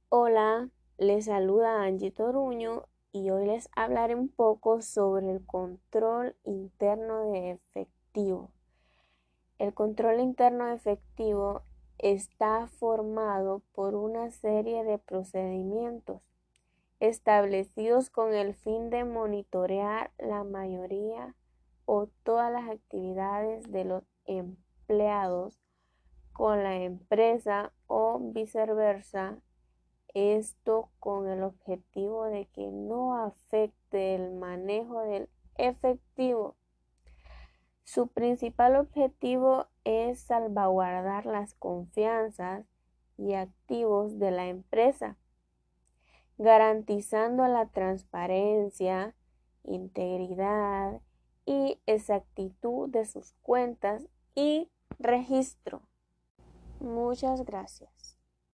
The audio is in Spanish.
Hola, les saluda Angie Toruño y hoy les hablaré un poco sobre el control interno de efectivo. El control interno de efectivo está formado por una serie de procedimientos establecidos con el fin de monitorear la mayoría o todas las actividades de los empleados con la empresa o viceversa, esto con el objetivo de que no afecte el manejo del efectivo. Su principal objetivo es salvaguardar las confianzas y activos de la empresa, garantizando la transparencia, integridad y exactitud de sus cuentas y registro. Muchas gracias.